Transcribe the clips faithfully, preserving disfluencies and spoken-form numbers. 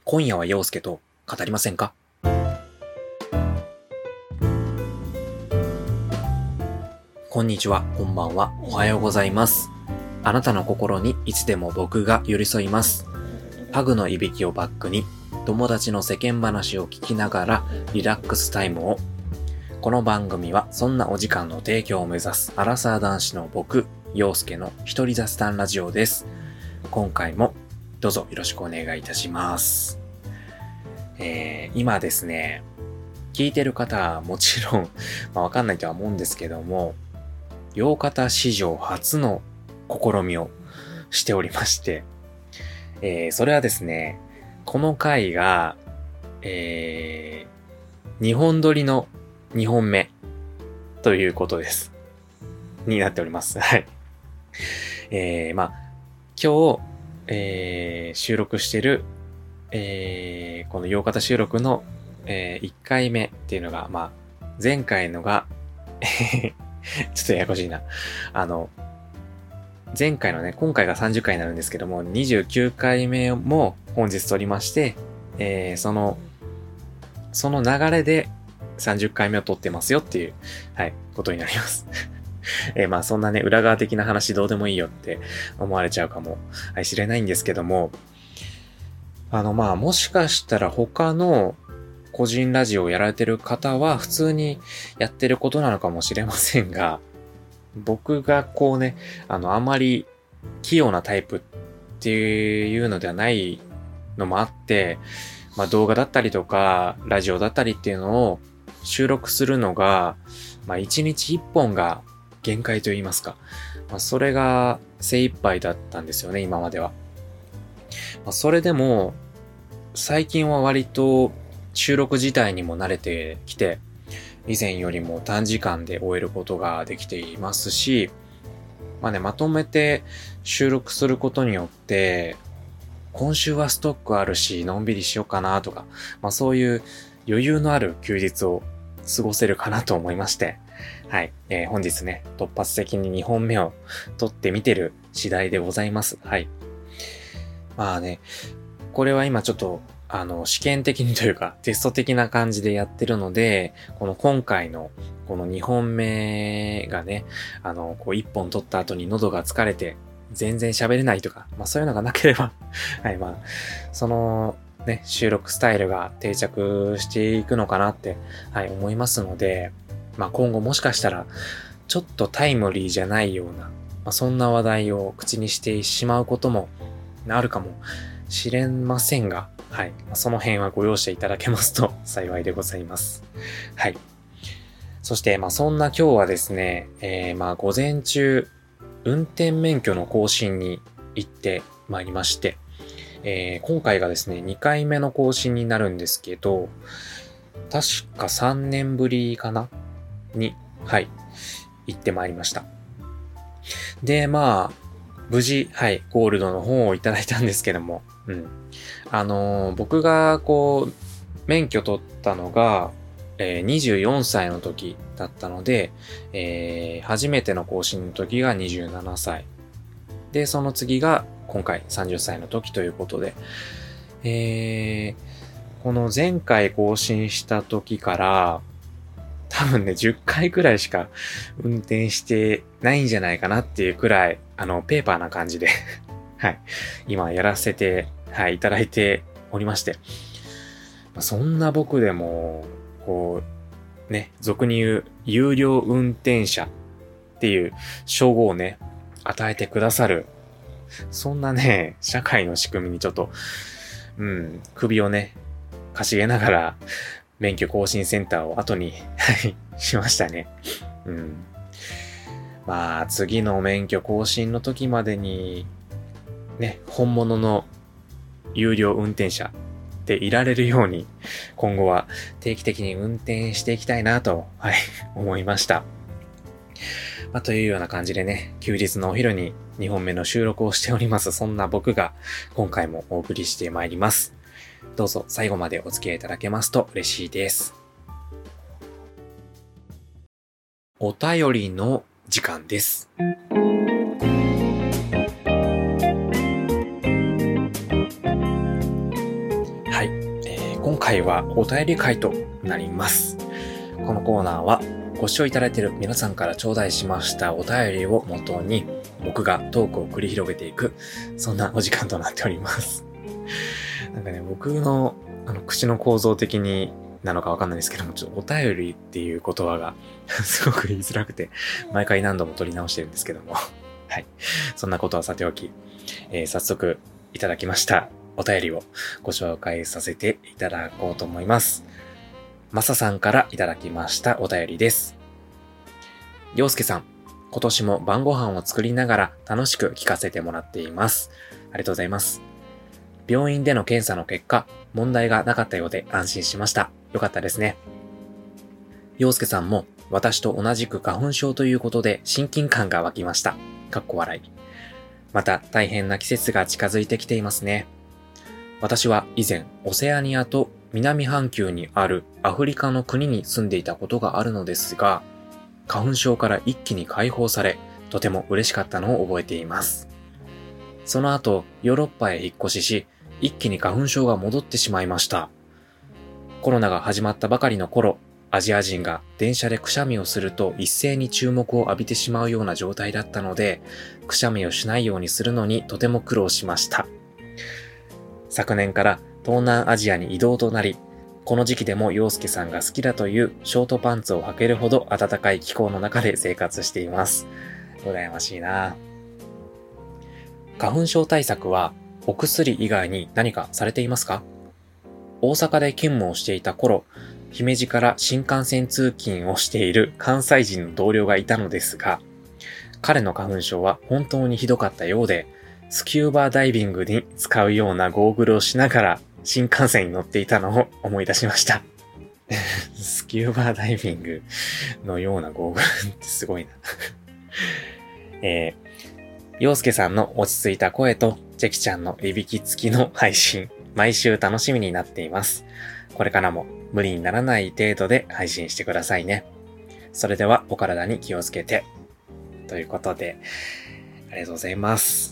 今夜は陽介と語りませんか？こんにちは、こんばんは、おはようございます。あなたの心にいつでも僕が寄り添います。パグのいびきをバックに友達の世間話を聞きながらリラックスタイムを。この番組はそんなお時間の提供を目指すアラサー男子の僕、陽介の一人雑談ラジオです。今回もどうぞよろしくお願いいたします。えー、今ですね、聞いてる方はもちろん、まあ、わかんないとは思うんですけども、洋方史上初の試みをしておりまして、えー、それはですね、この回が、えー、にほん撮りのにほんめということです。になっております。はい。えー、まあ、今日、えー、収録してる、えー、この洋方収録の、えー、いっかいめっていうのが、まあ、前回のが、ちょっとややこしいな。あの、前回のね、今回がさんじゅっかいになるんですけども、にじゅうきゅうかいめも本日撮りまして、えー、その、その流れでさんじゅっかいめを撮ってますよっていう、はい、ことになります。えー、まあそんなね、裏側的な話どうでもいいよって思われちゃうかもしれないんですけども、あのまあもしかしたら他の個人ラジオをやられてる方は普通にやってることなのかもしれませんが、僕がこうね、あのあまり器用なタイプっていうのではないのもあって、まあ動画だったりとかラジオだったりっていうのを収録するのが、まあいちにちいっぽんが限界と言いますか、まあ、それが精一杯だったんですよね、今までは。まあ、それでも最近は割と収録自体にも慣れてきて、以前よりも短時間で終えることができていますし、まあね、まとめて収録することによって、今週はストックあるし、のんびりしようかなとか、まあそういう余裕のある休日を過ごせるかなと思いまして、はい、えー、本日ね、突発的ににほんめを撮ってみてる次第でございます。はい。まあね、これは今ちょっと、あの、試験的にというか、テスト的な感じでやってるので、この今回の、このにほんめがね、あの、こういっぽん撮った後に喉が疲れて、全然喋れないとか、まあそういうのがなければ、はい、まあ、その、ね、収録スタイルが定着していくのかなって、はい、思いますので、まあ今後もしかしたら、ちょっとタイムリーじゃないような、まあそんな話題を口にしてしまうこともあるかもしれませんが、はい、その辺はご容赦いただけますと幸いでございます。はい。そして、まあそんな今日はですね、えー、まあ午前中、運転免許の更新に行ってまいりまして、えー、今回がですね、にかいめの更新になるんですけど、確かさんねんぶりかなに、はい、行ってまいりました。で、まあ、無事、はい、ゴールドの方をいただいたんですけども、うん。あのー、僕が、こう、免許取ったのが、えー、にじゅうよんさいの時だったので、えー、初めての更新の時がにじゅうななさい。で、その次が、今回さんじゅっさいの時ということで、えー、この前回更新した時から、多分ね、じゅっかいくらいしか運転してないんじゃないかなっていうくらい、あの、ペーパーな感じで、はい、今やらせて、はい、いただいておりまして、そんな僕でも、こう、ね、俗に言う、有料運転者っていう称号をね、与えてくださる、そんなね、社会の仕組みにちょっと、うん、首をね、かしげながら、免許更新センターを後にしましたね。うん。まあ、次の免許更新の時までに、ね、本物の有料運転者でいられるように、今後は定期的に運転していきたいなと、はい、思いました。まあ、というような感じでね、休日のお昼ににほんめの収録をしております。そんな僕が今回もお送りしてまいります。どうぞ最後までお付き合いいただけますと嬉しいです。お便りの時間です。はい、 ー、今回はお便り会となります。このコーナーはご視聴いただいている皆さんから頂戴しましたお便りをもとに僕がトークを繰り広げていく、そんなお時間となっております。なんかね、僕のあの口の構造的になのかわかんないですけども、ちょっとお便りっていう言葉がすごく言いづらくて、毎回何度も取り直してるんですけども。はい。そんなことはさておき、えー、早速いただきましたお便りをご紹介させていただこうと思います。まささんからいただきましたお便りです。ようすけさん、今年も晩ご飯を作りながら楽しく聞かせてもらっています。ありがとうございます。病院での検査の結果、問題がなかったようで安心しました。よかったですね。陽介さんも私と同じく花粉症ということで親近感が湧きました。かっこ笑い。また大変な季節が近づいてきていますね。私は以前オセアニアと南半球にあるアフリカの国に住んでいたことがあるのですが、花粉症から一気に解放され、とても嬉しかったのを覚えています。その後、ヨーロッパへ引っ越しし、一気に花粉症が戻ってしまいました。コロナが始まったばかりの頃、アジア人が電車でくしゃみをすると一斉に注目を浴びてしまうような状態だったので、くしゃみをしないようにするのにとても苦労しました。昨年から東南アジアに移動となり、この時期でも陽介さんが好きだというショートパンツを履けるほど暖かい気候の中で生活しています。羨ましいな。花粉症対策はお薬以外に何かされていますか？大阪で勤務をしていた頃、姫路から新幹線通勤をしている関西人の同僚がいたのですが、彼の花粉症は本当にひどかったようで、スキューバダイビングに使うようなゴーグルをしながら新幹線に乗っていたのを思い出しました。スキューバダイビングのようなゴーグルってすごいな。えー、陽介さんの落ち着いた声とチェキちゃんのいびき付きの配信、毎週楽しみになっています。これからも無理にならない程度で配信してくださいね。それではお体に気をつけて。ということで、ありがとうございます。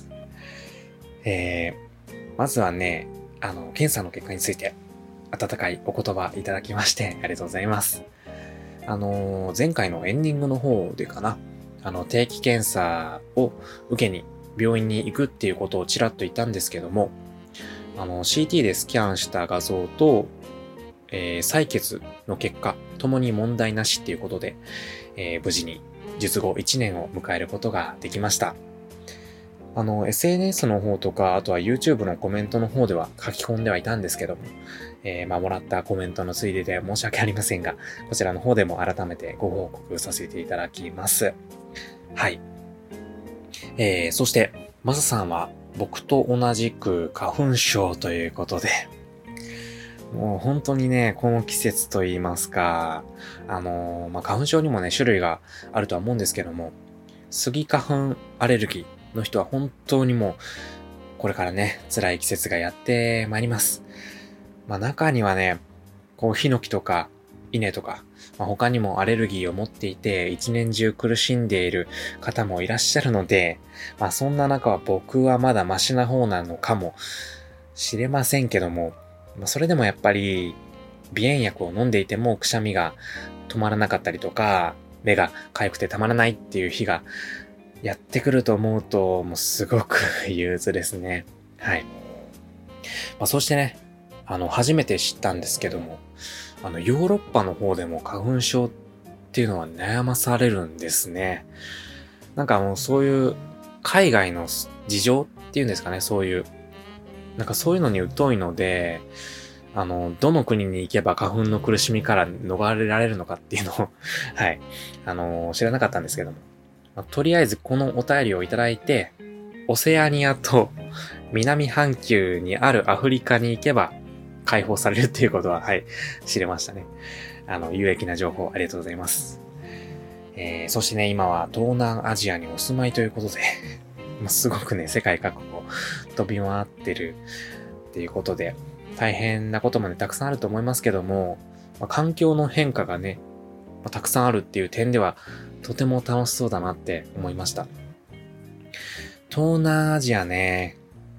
えー、まずはね、あの、検査の結果について、温かいお言葉いただきまして、ありがとうございます。あのー、前回のエンディングの方でかな、あの、定期検査を受けに病院に行くっていうことをちらっと言ったんですけども、あの、シーティー でスキャンした画像と、えー、採血の結果、ともに問題なしっていうことで、えー、無事に術後いちねんを迎えることができました。あの、エスエヌエス の方とか、あとは YouTube のコメントの方では書き込んではいたんですけども、えー、まあ、もらったコメントのついでで申し訳ありませんが、こちらの方でも改めてご報告させていただきます。はい。えー、そして、マサさんは僕と同じく花粉症ということで、もう本当にね、この季節と言いますか、あのー、まあ、花粉症にもね、種類があるとは思うんですけども、スギ花粉アレルギーの人は本当にもう、これからね、辛い季節がやってまいります。まあ、中にはね、こう、ヒノキとか、稲とか、まあ、他にもアレルギーを持っていて、一年中苦しんでいる方もいらっしゃるので、まあ、そんな中は僕はまだマシな方なのかもしれませんけども、まあ、それでもやっぱり鼻炎薬を飲んでいてもくしゃみが止まらなかったりとか、目が痒くてたまらないっていう日がやってくると思うと、もうすごく憂鬱ですね。はい。まあ、そしてね、あの、初めて知ったんですけども、あの、ヨーロッパの方でも花粉症っていうのは悩まされるんですね。なんかもうそういう海外の事情っていうんですかね、そういうなんかそういうのに疎いので、あの、どの国に行けば花粉の苦しみから逃れられるのかっていうのを、はい、あの、知らなかったんですけども。まあ、とりあえずこのお便りをいただいて、オセアニアと南半球にあるアフリカに行けば解放されるっていうことは、はい、知れましたね。あの、有益な情報ありがとうございます。えー、そしてね、今は東南アジアにお住まいということで、まあ、すごくね、世界各国を飛び回ってるっていうことで、大変なこともね、たくさんあると思いますけども、まあ、環境の変化がね、まあ、たくさんあるっていう点では、とても楽しそうだなって思いました。東南アジアね、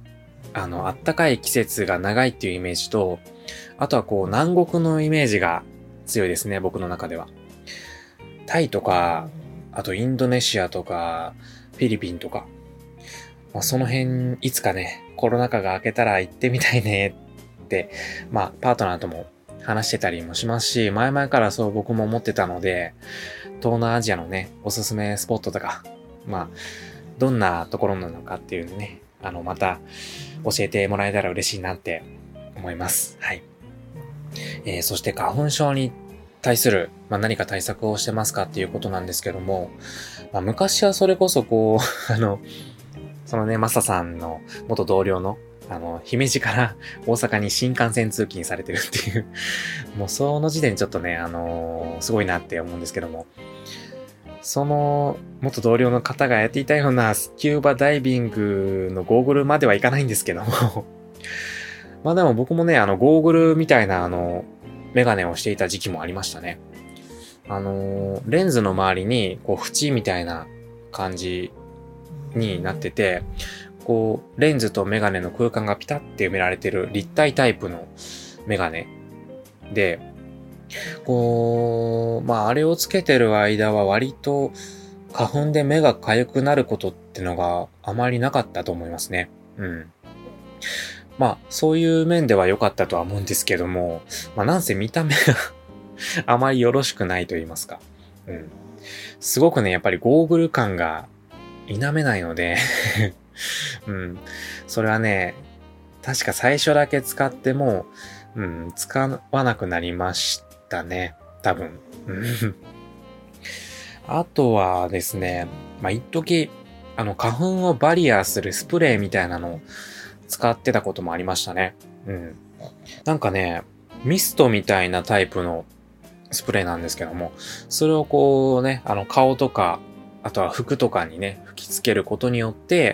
あの、あったかい季節が長いっていうイメージと、あとはこう、南国のイメージが強いですね、僕の中では。タイとか、あとインドネシアとか、フィリピンとか、まあ、その辺、いつかね、コロナ禍が明けたら行ってみたいねって、まあ、パートナーとも話してたりもしますし、前々からそう僕も思ってたので、東南アジアのね、おすすめスポットとか、まあ、どんなところなのかっていうのね、あの、また教えてもらえたら嬉しいなって思います。はい。えー、そして花粉症に対する、まあ、何か対策をしてますかっていうことなんですけども、まあ、昔はそれこそこう、あの、そのね、マサさんの元同僚の、あの、姫路から大阪に新幹線通勤されてるっていう、もうその時点ちょっとね、あのー、すごいなって思うんですけども、その元同僚の方がやっていたようなスキューバダイビングのゴーグルまではいかないんですけどもまあでも僕もね、あの、ゴーグルみたいな、あの、メガネをしていた時期もありましたね。あのー、レンズの周りに、こう、縁みたいな感じになってて、こう、レンズとメガネの空間がピタッて埋められてる立体タイプのメガネで、こう、まあ、あれをつけてる間は割と花粉で目が痒くなることってのがあまりなかったと思いますね。うん。まあ、そういう面では良かったとは思うんですけども、まあ、なんせ見た目があまりよろしくないと言いますか。うん。すごくね、やっぱりゴーグル感が否めないのでうん。それはね、確か最初だけ使っても、うん、使わなくなりましたね。多分。あとはですね、まあ、一時、あの、花粉をバリアするスプレーみたいなのを使ってたこともありましたね。うん。なんかね、ミストみたいなタイプのスプレーなんですけども、それをこうね、あの、顔とか、あとは服とかにね、吹きつけることによって、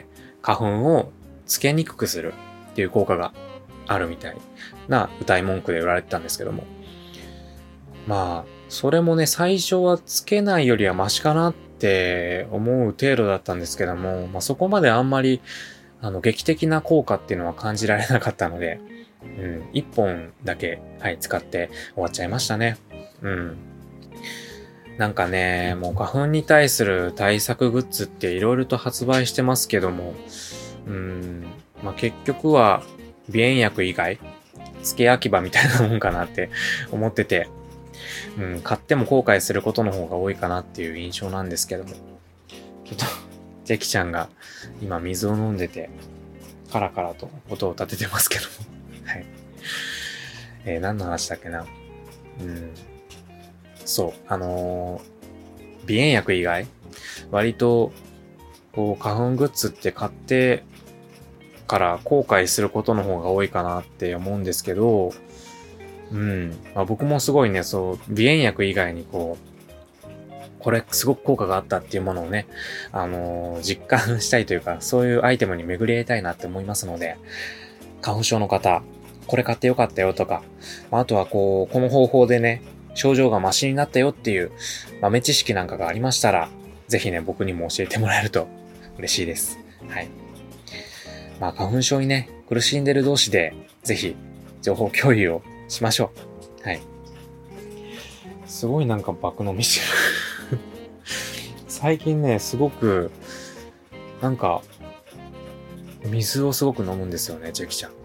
花粉をつけにくくするっていう効果があるみたいな歌い文句で売られてたんですけども。まあ、それもね、最初はつけないよりはマシかなって思う程度だったんですけども、まあそこまであんまり、あの、劇的な効果っていうのは感じられなかったので、うん、一本だけ、はい、使って終わっちゃいましたね。うん。なんかね、もう花粉に対する対策グッズって色々と発売してますけども、うーん、まあ、結局は鼻炎薬以外、付け焼き場みたいなもんかなって思ってて、うん、買っても後悔することの方が多いかなっていう印象なんですけども、ちょっと、ジェキちゃんが今水を飲んでて、カラカラと音を立ててますけども、はい。えー、何の話だっけな。うん。そう、あのー、鼻炎薬以外、割と、こう、花粉グッズって買ってから後悔することの方が多いかなって思うんですけど、うん。まあ、僕もすごいね、そう、鼻炎薬以外にこう、これすごく効果があったっていうものをね、あのー、実感したいというか、そういうアイテムに巡り合いたいなって思いますので、花粉症の方、これ買ってよかったよとか、あとはこう、この方法でね、症状がマシになったよっていう豆知識なんかがありましたら、ぜひね、僕にも教えてもらえると嬉しいです。はい。まあ、花粉症にね、苦しんでる同士で、ぜひ、情報共有をしましょう。はい。すごいなんか爆飲みしてる。最近ね、すごく、なんか、水をすごく飲むんですよね、ジェキちゃん。うん。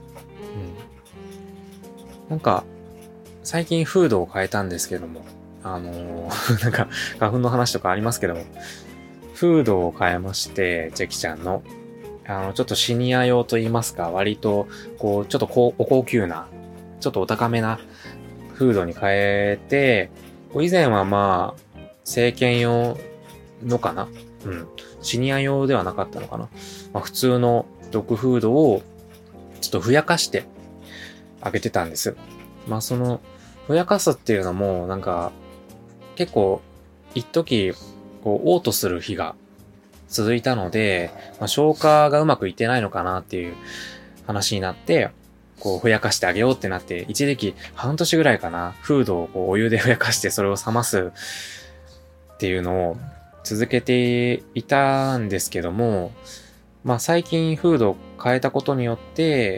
なんか、最近フードを変えたんですけども、あのー、なんか、花粉の話とかありますけども、フードを変えまして、ジェキちゃんの、あの、ちょっとシニア用と言いますか、割と、こう、ちょっとこう、お高級な、ちょっとお高めなフードに変えて、以前はまあ、成犬用のかな？うん。シニア用ではなかったのかな？まあ、普通のドッグフードを、ちょっとふやかしてあげてたんです。まあ、その、ふやかすっていうのも、なんか、結構、一時、こう、嘔吐する日が続いたので、まあ、消化がうまくいってないのかなっていう話になって、こう、ふやかしてあげようってなって、一時期、半年ぐらいかな、フードをこうお湯でふやかしてそれを冷ますっていうのを続けていたんですけども、 まあ最近フードを変えたことによって、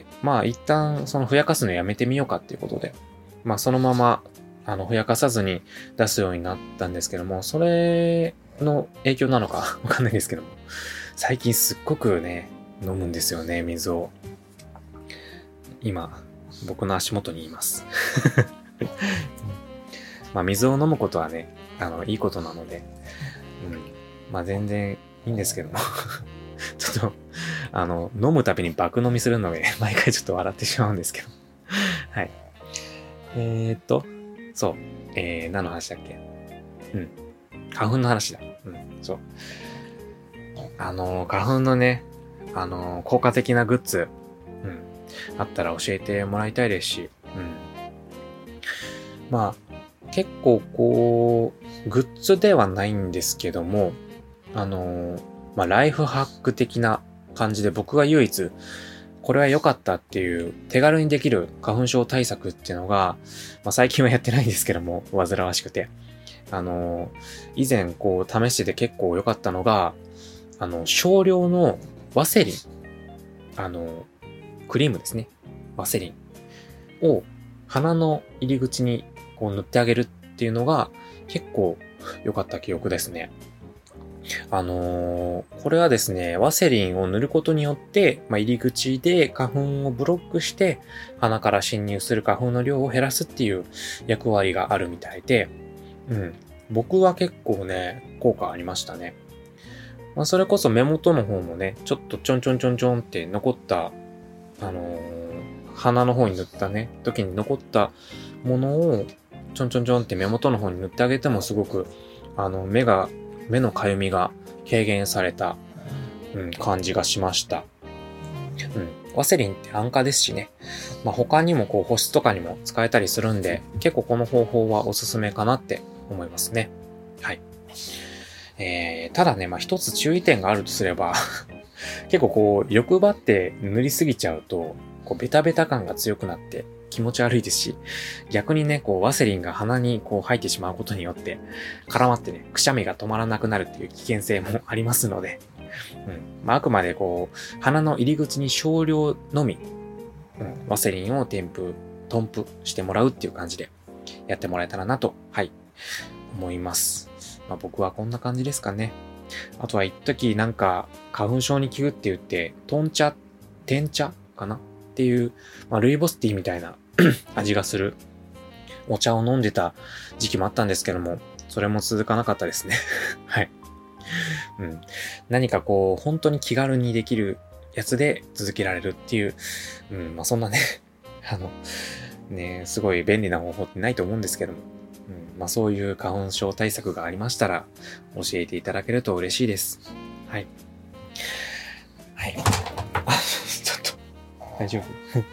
まあ一旦そのふやかすのやめてみようかっていうことで、まあそのまま、あの、ふやかさずに出すようになったんですけども、それの影響なのかわかんないですけども、最近すっごくね、飲むんですよね、水を。今、僕の足元にいます。まあ水を飲むことはね、あの、いいことなので、うん。まあ全然いいんですけども。ちょっと、あの、飲むたびに爆飲みするので、毎回ちょっと笑ってしまうんですけど。はい。えーっと、そう。えー、何の話だっけ？うん。花粉の話だ。うん、そう。あの、花粉のね、あの、効果的なグッズ、うん。あったら教えてもらいたいですし、うん。まあ、結構こう、グッズではないんですけども、あの、まあ、ライフハック的な感じで僕が唯一、これは良かったっていう手軽にできる花粉症対策っていうのが、まあ、最近はやってないんですけども、煩わしくて。あの、以前こう試してて結構良かったのが、あの、少量のワセリン、あの、クリームですね。ワセリンを鼻の入り口にこう塗ってあげるっていうのが結構良かった記憶ですね。あのー、これはですね、ワセリンを塗ることによって、まあ、入り口で花粉をブロックして、鼻から侵入する花粉の量を減らすっていう役割があるみたいで、うん。僕は結構ね、効果ありましたね。まあ、それこそ目元の方もね、ちょっとちょんちょんちょんちょんって残った、あのー、鼻の方に塗ったね、時に残ったものを、ちょんちょんちょんって目元の方に塗ってあげてもすごく、あの、目が、目のかゆみが軽減された、うん、感じがしました。うん。ワセリンって安価ですしね。まあ、他にもこう保湿とかにも使えたりするんで、結構この方法はおすすめかなって思いますね。はい。えー、ただね、まあ、一つ注意点があるとすれば、結構こう欲張って塗りすぎちゃうと、こうベタベタ感が強くなって気持ち悪いですし、逆にね、こうワセリンが鼻にこう入ってしまうことによって、絡まってね、くしゃみが止まらなくなるっていう危険性もありますので、うん。まあ、あくまでこう、鼻の入り口に少量のみ、うん、ワセリンを添付、トンプしてもらうっていう感じでやってもらえたらなと、はい、思います。まあ、僕はこんな感じですかね。あとは一時なんか花粉症に効くって言って、トン茶、天茶かなっていう、まあ、ルイボスティーみたいな味がするお茶を飲んでた時期もあったんですけども、それも続かなかったですね。はい。うん。何かこう、本当に気軽にできるやつで続けられるっていう、うん、まあそんなね、あの、ね、すごい便利な方法ってないと思うんですけども、うん、まあそういう花粉症対策がありましたら、教えていただけると嬉しいです。はい。はい。あ、ちょっと、大丈夫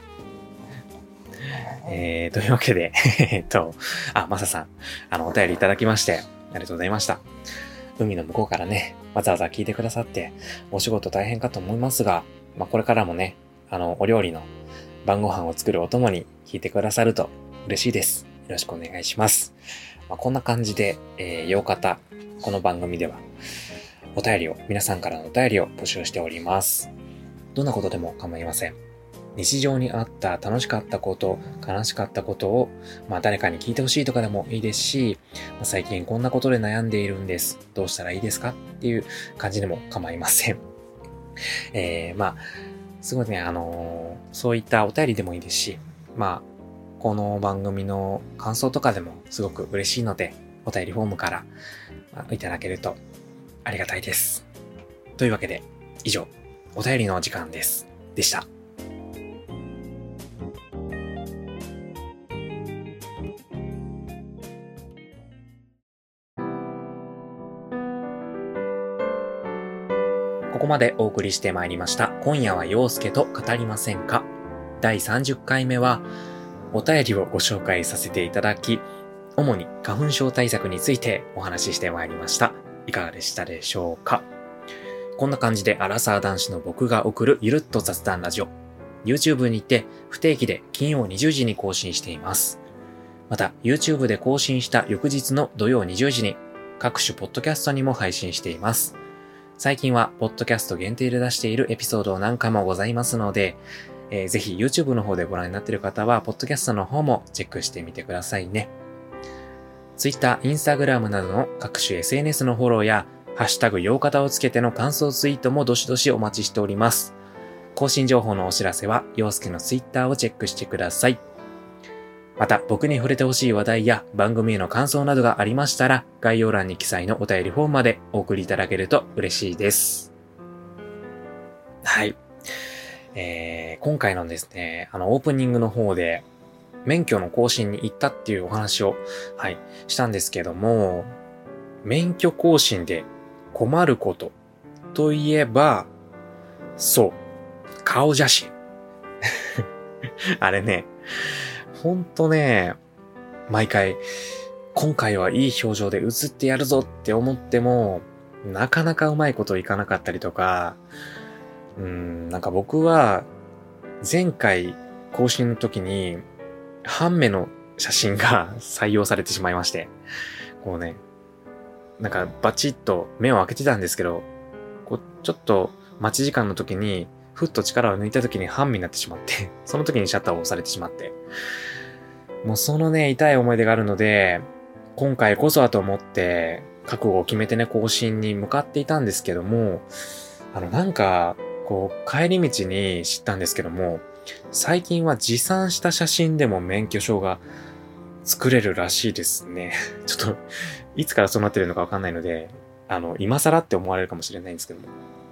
えー、というわけで、えっと、あ、まささん、あの、お便りいただきまして、ありがとうございました。海の向こうからね、わざわざ聞いてくださって、お仕事大変かと思いますが、まあ、これからもね、あの、お料理の晩ご飯を作るお供に聞いてくださると嬉しいです。よろしくお願いします。まあ、こんな感じで、えー、ようかた、この番組では、お便りを、皆さんからのお便りを募集しております。どんなことでも構いません。日常にあった楽しかったこと、悲しかったことを、まあ誰かに聞いてほしいとかでもいいですし、まあ、最近こんなことで悩んでいるんです。どうしたらいいですかっていう感じでも構いません。えー、まあ、すごいね、あのー、そういったお便りでもいいですし、まあ、この番組の感想とかでもすごく嬉しいので、お便りフォームから、まあ、いただけるとありがたいです。というわけで、以上、お便りのお時間です。でした。ここまでお送りしてまいりました。今夜は陽介と語りませんか？だいさんじゅっかいめはお便りをご紹介させていただき、主に花粉症対策についてお話ししてまいりました。いかがでしたでしょうか？こんな感じでアラサー男子の僕が送るゆるっと雑談ラジオ。YouTube にて不定期で金曜にじゅうじに更新しています。また YouTube で更新した翌日の土曜にじゅうじに各種ポッドキャストにも配信しています。 最近はポッドキャスト限定で出しているエピソードなんかもございますので、えー、ぜひ YouTube の方でご覧になっている方は、ポッドキャストの方もチェックしてみてくださいね。Twitter、Instagram などの各種 エスエヌエス のフォローや、ハッシュタグようかたをつけての感想ツイートもどしどしお待ちしております。更新情報のお知らせは、陽介の Twitter をチェックしてください。また、僕に触れてほしい話題や番組への感想などがありましたら、概要欄に記載のお便りフォームまでお送りいただけると嬉しいです。はい。えー、今回のですね、あの、オープニングの方で、免許の更新に行ったっていうお話を、はい、したんですけども、免許更新で困ることといえば、そう、顔写真。あれね、ほんとね、毎回、今回はいい表情で映ってやるぞって思っても、なかなかうまいこといかなかったりとか、うーん、なんか僕は、前回更新の時に、半目の写真が採用されてしまいまして、こうね、なんかバチッと目を開けてたんですけど、こうちょっと待ち時間の時に、ふっと力を抜いた時に半目になってしまって、その時にシャッターを押されてしまって、もうそのね、痛い思い出があるので、今回こそはと思って、覚悟を決めてね、更新に向かっていたんですけども、あの、なんか、こう、帰り道に知ったんですけども、最近は持参した写真でも免許証が作れるらしいですね。ちょっと、いつからそうなってるのかわかんないので、あの、今更って思われるかもしれないんですけども。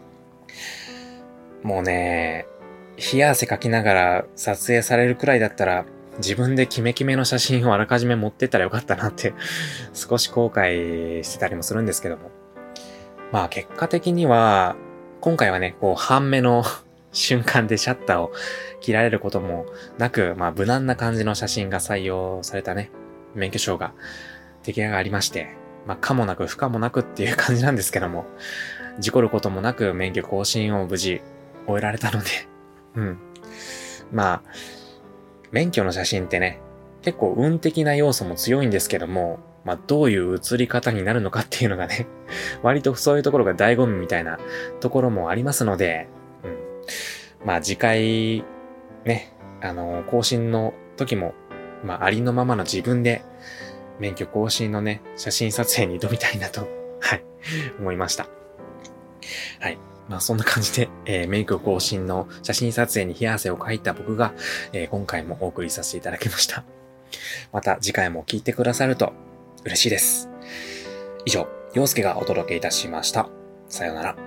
もうね、冷や汗かきながら撮影されるくらいだったら、自分でキメキメの写真をあらかじめ持ってったらよかったなって、少し後悔してたりもするんですけども。まあ結果的には、今回はね、こう、半目の瞬間でシャッターを切られることもなく、まあ無難な感じの写真が採用されたね、免許証が出来上がりまして、まあ可もなく不可もなくっていう感じなんですけども、事故ることもなく免許更新を無事終えられたので、うん。まあ、免許の写真ってね、結構運的な要素も強いんですけども、まあどういう写り方になるのかっていうのがね、割とそういうところが醍醐味みたいなところもありますので、うん、まあ次回、ね、あの、更新の時も、まあありのままの自分で、免許更新のね、写真撮影に挑みたいなと、はい、思いました。はい。まあそんな感じで、えー、免許更新の写真撮影に冷や汗をかいた僕が、えー、今回もお送りさせていただきました。また次回も聞いてくださると嬉しいです。以上、陽介がお届けいたしました。さようなら。